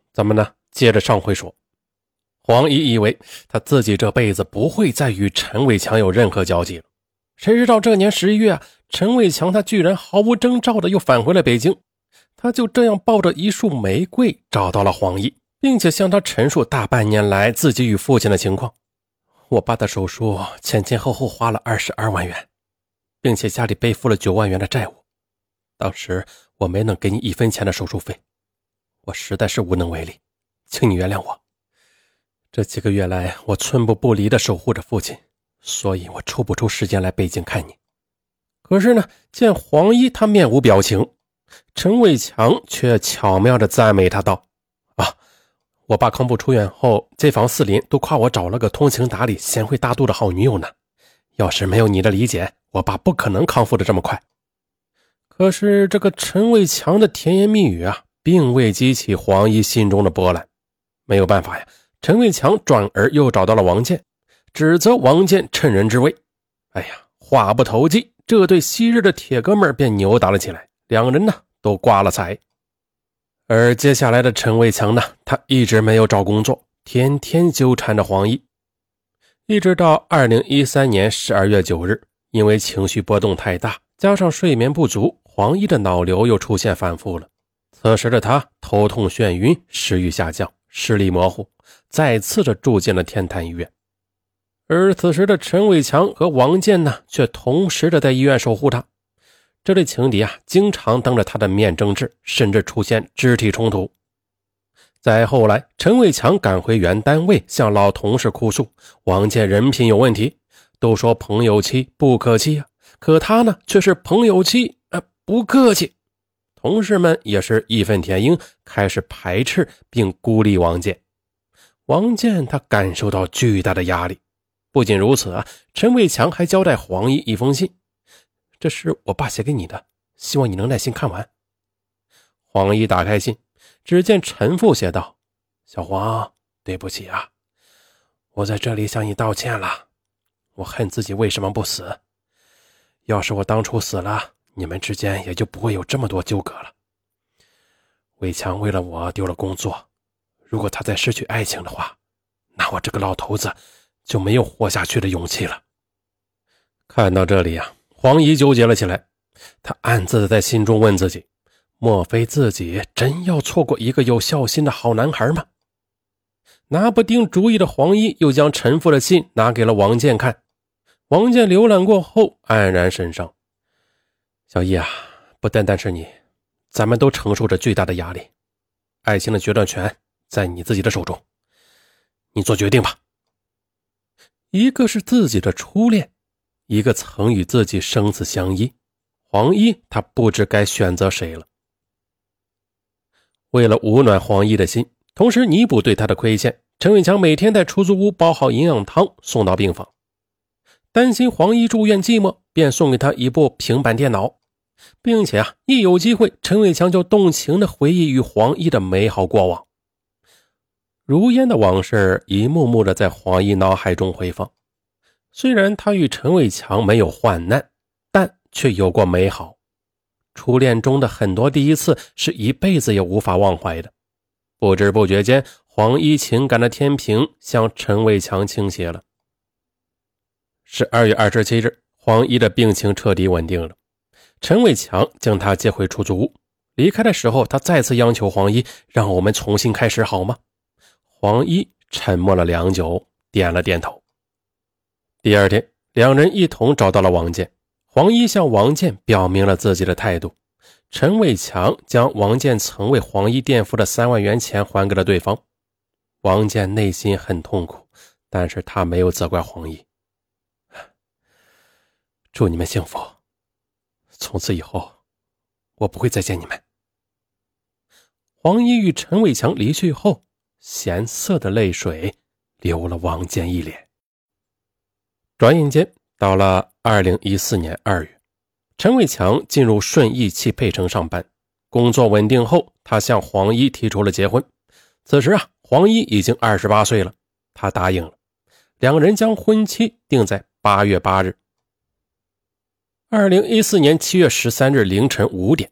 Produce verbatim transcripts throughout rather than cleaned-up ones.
咱们呢接着上回说，黄姨以为他自己这辈子不会再与陈伟强有任何交集了，谁知道这年十一月啊，陈伟强他居然毫无征兆的又返回了北京。他就这样抱着一束玫瑰找到了黄姨，并且向他陈述大半年来自己与父亲的情况。我爸的手术前前后后花了二十二万元，并且家里背负了九万元的债务。当时我没能给你一分钱的手术费，我实在是无能为力，请你原谅我。这几个月来我寸步不离地守护着父亲，所以我抽不出时间来北京看你。可是呢，见黄姨她面无表情，陈伟强却巧妙地赞美他道：啊，我爸康复出院后，街坊四邻都夸我找了个通情达理、贤惠大度的好女友呢。要是没有你的理解，我爸不可能康复得这么快。可是这个陈伟强的甜言蜜语啊，并未激起黄姨心中的波澜。没有办法呀，陈伟强转而又找到了王健，指责王健趁人之危。哎呀，话不投机，这对昔日的铁哥们便扭打了起来，两人呢都挂了彩。而接下来的陈伟强呢，他一直没有找工作，天天纠缠着黄姨。一直到二零一三年十二月九日，因为情绪波动太大，加上睡眠不足，黄姨的脑瘤又出现反复了。此时的他头痛眩晕，食欲下降，视力模糊，再次的住进了天坛医院。而此时的陈伟强和王健呢，却同时的在医院守护他。这对情敌啊，经常当着他的面争执，甚至出现肢体冲突。再后来，陈伟强赶回原单位，向老同事哭诉王健人品有问题，都说朋友妻不可欺啊，可他呢却是朋友妻啊，不客气。同事们也是义愤填膺，开始排斥并孤立王健。王健他感受到巨大的压力。不仅如此啊，陈伟强还交代黄姨一封信，这是我爸写给你的，希望你能耐心看完。黄姨打开信，只见陈父写道：小黄，对不起啊，我在这里向你道歉了，我恨自己为什么不死，要是我当初死了，你们之间也就不会有这么多纠葛了。伟强为了我丢了工作，如果他再失去爱情的话，那我这个老头子就没有活下去的勇气了。看到这里啊，黄姨纠结了起来，她暗自在心中问自己，莫非自己真要错过一个有孝心的好男孩吗？拿不定主意的黄姨又将陈父的信拿给了王健看。王健浏览过后黯然神伤。小姨啊，不单单是你，咱们都承受着巨大的压力，爱情的决断权在你自己的手中，你做决定吧。一个是自己的初恋，一个曾与自己生死相依，黄姨她不知该选择谁了。为了捂暖黄姨的心，同时弥补对她的亏欠，陈伟强每天在出租屋包好营养汤送到病房。担心黄姨住院寂寞，便送给她一部平板电脑，并且啊，一有机会，陈伟强就动情地回忆与黄姨的美好过往。如烟的往事一幕幕的在黄姨脑海中回放。虽然他与陈伟强没有患难，但却有过美好。初恋中的很多第一次是一辈子也无法忘怀的。不知不觉间，黄姨情感的天平向陈伟强倾斜了。十二月二十七日，黄姨的病情彻底稳定了。陈伟强将她接回出租屋，离开的时候，他再次央求黄姨，让我们重新开始好吗？黄姨沉默了良久，点了点头。第二天，两人一同找到了王健，黄姨向王健表明了自己的态度。陈伟强将王健曾为黄姨垫付的三万元钱还给了对方。王健内心很痛苦，但是他没有责怪黄姨。祝你们幸福，从此以后我不会再见你们。黄姨与陈伟强离去后，咸涩的泪水流了王健一脸。转眼间到了二零一四年二月，陈伟强进入顺义汽配城上班，工作稳定后，他向黄姨提出了结婚。此时啊，黄姨已经二十八岁了，他答应了，两人将婚期定在八月八日。二零一四年七月十三日凌晨五点，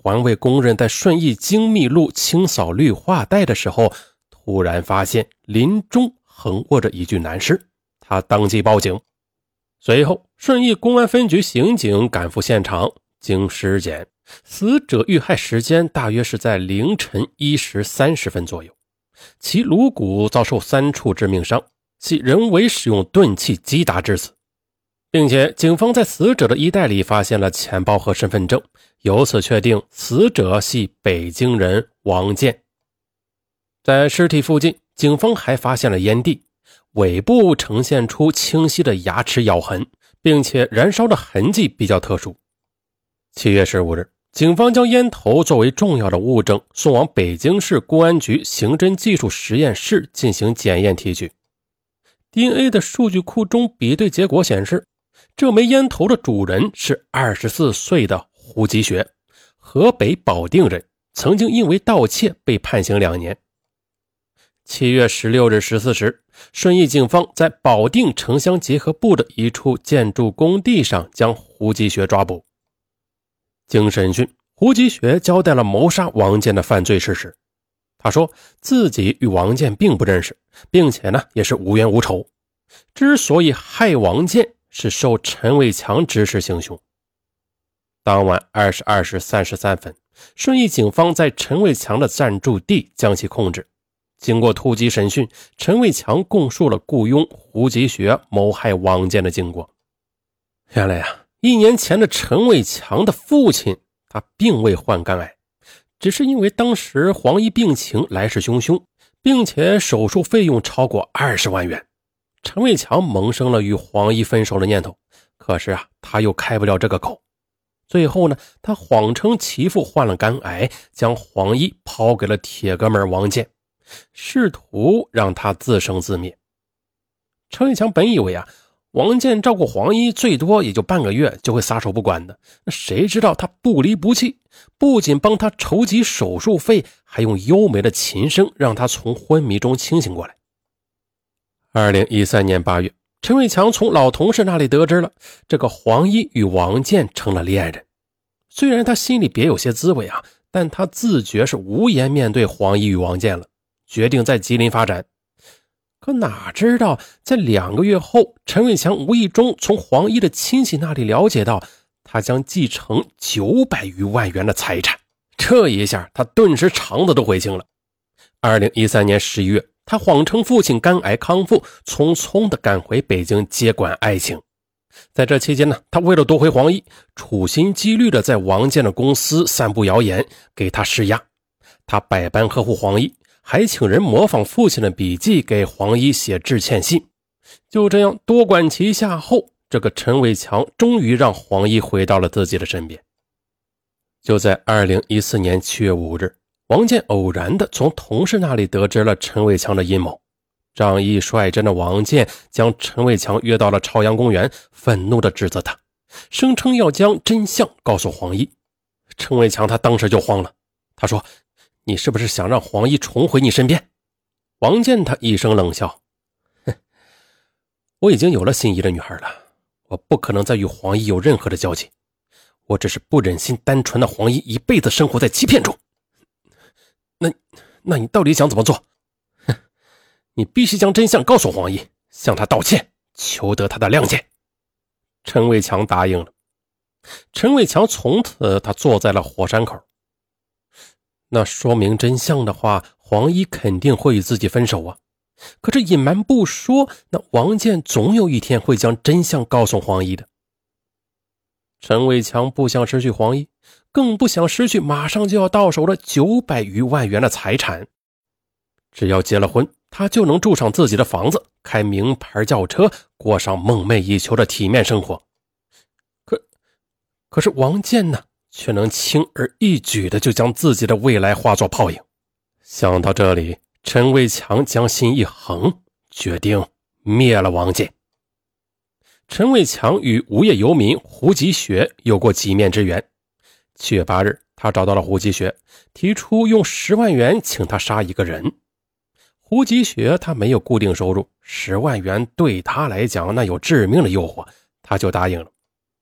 环卫工人在顺义精密路清扫绿化带的时候，突然发现林中横卧着一具男尸，他当即报警。随后顺义公安分局刑警赶赴现场，经尸检，死者遇害时间大约是在凌晨一时三十分左右，其颅骨遭受三处致命伤，系人为使用钝器击打致死，并且警方在死者的衣袋里发现了钱包和身份证，由此确定死者系北京人王建。在尸体附近，警方还发现了烟蒂，尾部呈现出清晰的牙齿咬痕，并且燃烧的痕迹比较特殊。七月十五日，警方将烟头作为重要的物证送往北京市公安局刑侦技术实验室进行检验提取。D N A 的数据库中比对结果显示，这枚烟头的主人是二十四岁的胡吉学，河北保定人，曾经因为盗窃被判刑两年。七月十六日十四时，顺义警方在保定城乡结合部的一处建筑工地上将胡吉学抓捕。经审讯，胡吉学交代了谋杀王建的犯罪事实。他说自己与王建并不认识，并且呢也是无冤无仇。之所以害王建，是受陈伟强指使行凶。当晚二十二时三十三分，顺义警方在陈伟强的暂住地将其控制。经过突击审讯，陈伟强供述了雇佣胡吉学谋害王建的经过。原来啊，一年前的陈伟强的父亲，他并未患肝癌，只是因为当时黄姨病情来势汹汹，并且手术费用超过二十万元。陈伟强萌生了与黄姨分手的念头，可是啊，他又开不了这个口。最后呢，他谎称其父患了肝癌，将黄姨抛给了铁哥们王建，试图让他自生自灭。陈伟强本以为啊，王建照顾黄姨最多也就半个月就会撒手不管的，谁知道他不离不弃，不仅帮他筹集手术费，还用优美的琴声让他从昏迷中清醒过来。二零一三年八月，陈伟强从老同事那里得知了这个黄姨与王建成了恋人。虽然他心里别有些滋味啊，但他自觉是无颜面对黄姨与王建了，决定在吉林发展。可哪知道在两个月后，陈伟强无意中从黄姨的亲戚那里了解到他将继承九百余万元的财产。这一下他顿时肠子都悔青了。二零一三年十一月，他谎称父亲肝癌康复，匆匆地赶回北京接管爱情。在这期间呢，他为了夺回黄姨，处心积虑地在王建的公司散布谣言，给他施压。他百般呵护黄姨，还请人模仿父亲的笔记给黄姨写致歉信。就这样多管齐下后，这个陈伟强终于让黄姨回到了自己的身边。就在二零一四年七月五日，王建偶然地从同事那里得知了陈伟强的阴谋。仗义率真的王建将陈伟强约到了朝阳公园，愤怒地指责他，声称要将真相告诉黄姨。陈伟强他当时就慌了，他说：你是不是想让黄姨重回你身边？王建他一声冷笑，哼，我已经有了心仪的女孩了，我不可能再与黄姨有任何的交集，我只是不忍心单纯的黄姨一辈子生活在欺骗中。那那你到底想怎么做？哼，你必须将真相告诉黄姨，向她道歉，求得她的谅解。陈伟强答应了。陈伟强从此他坐在了火山口。那说明真相的话，黄姨肯定会与自己分手啊。可是隐瞒不说，那王建总有一天会将真相告诉黄姨的。陈伟强不想失去黄姨，更不想失去马上就要到手的九百余万元的财产。只要结了婚，他就能住上自己的房子，开名牌轿车，过上梦寐以求的体面生活。可可是王建呢，却能轻而易举的就将自己的未来化作泡影。想到这里，陈伟强将心一横，决定灭了王建。陈伟强与无业游民胡吉学有过几面之缘。七月八日，他找到了胡吉学，提出用十万元请他杀一个人。胡吉学他没有固定收入，十万元对他来讲那有致命的诱惑，他就答应了。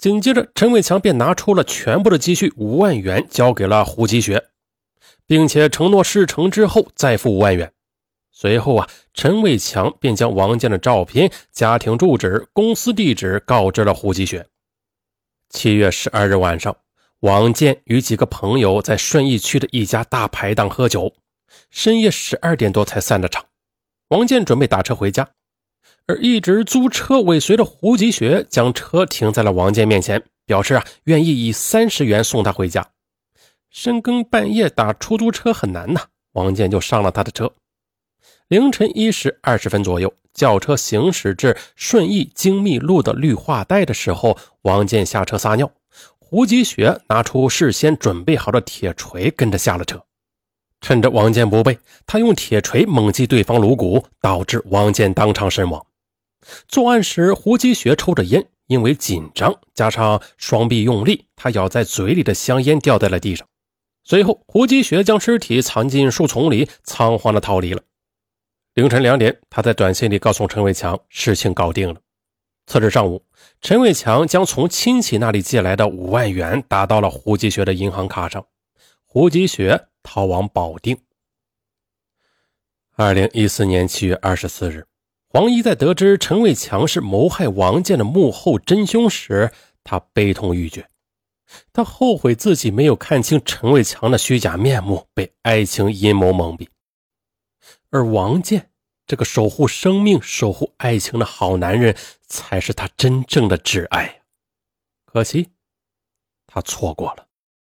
紧接着陈伟强便拿出了全部的积蓄五万元交给了胡吉学，并且承诺事成之后再付五万元。随后啊，陈伟强便将王建的照片、家庭住址、公司地址告知了胡吉学。七月十二日晚上，王建与几个朋友在顺义区的一家大排档喝酒，深夜十二点多才散的场。王建准备打车回家，而一直租车尾随的胡吉学将车停在了王建面前，表示啊愿意以三十元送他回家。深更半夜打出租车很难呐，王建就上了他的车。凌晨一时二十分左右，轿车行驶至顺义精密路的绿化带的时候，王建下车撒尿，胡吉学拿出事先准备好的铁锤跟着下了车。趁着王建不备，他用铁锤猛击对方颅骨，导致王建当场身亡。作案时胡吉学抽着烟，因为紧张加上双臂用力，他咬在嘴里的香烟掉在了地上。随后胡吉学将尸体藏进树丛里，仓皇地逃离了。凌晨两点，他在短信里告诉陈伟强事情搞定了。次日上午，陈伟强将从亲戚那里借来的五万元打到了胡吉学的银行卡上，胡吉学逃亡保定。二零一四年七月二十四日，黄一在得知陈伟强是谋害王建的幕后真凶时，他悲痛欲绝。他后悔自己没有看清陈伟强的虚假面目，被爱情阴谋蒙蔽。而王建这个守护生命、守护爱情的好男人，才是他真正的挚爱。可惜他错过了。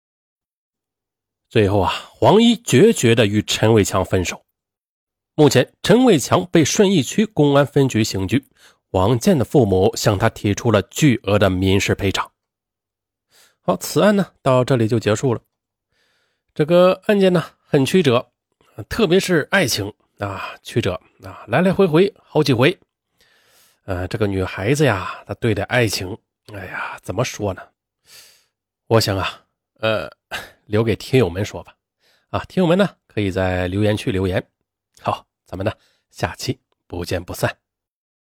最后啊，黄一决绝地与陈伟强分手。目前陈伟强被顺义区公安分局刑拘，王建的父母向他提出了巨额的民事赔偿。好，此案呢到这里就结束了。这个案件呢很曲折，特别是爱情啊，曲折啊，来来回回好几回。呃，这个女孩子呀，她对待爱情，哎呀，怎么说呢？我想啊，呃，留给听友们说吧。啊，听友们呢可以在留言区留言。好，咱们呢下期不见不散。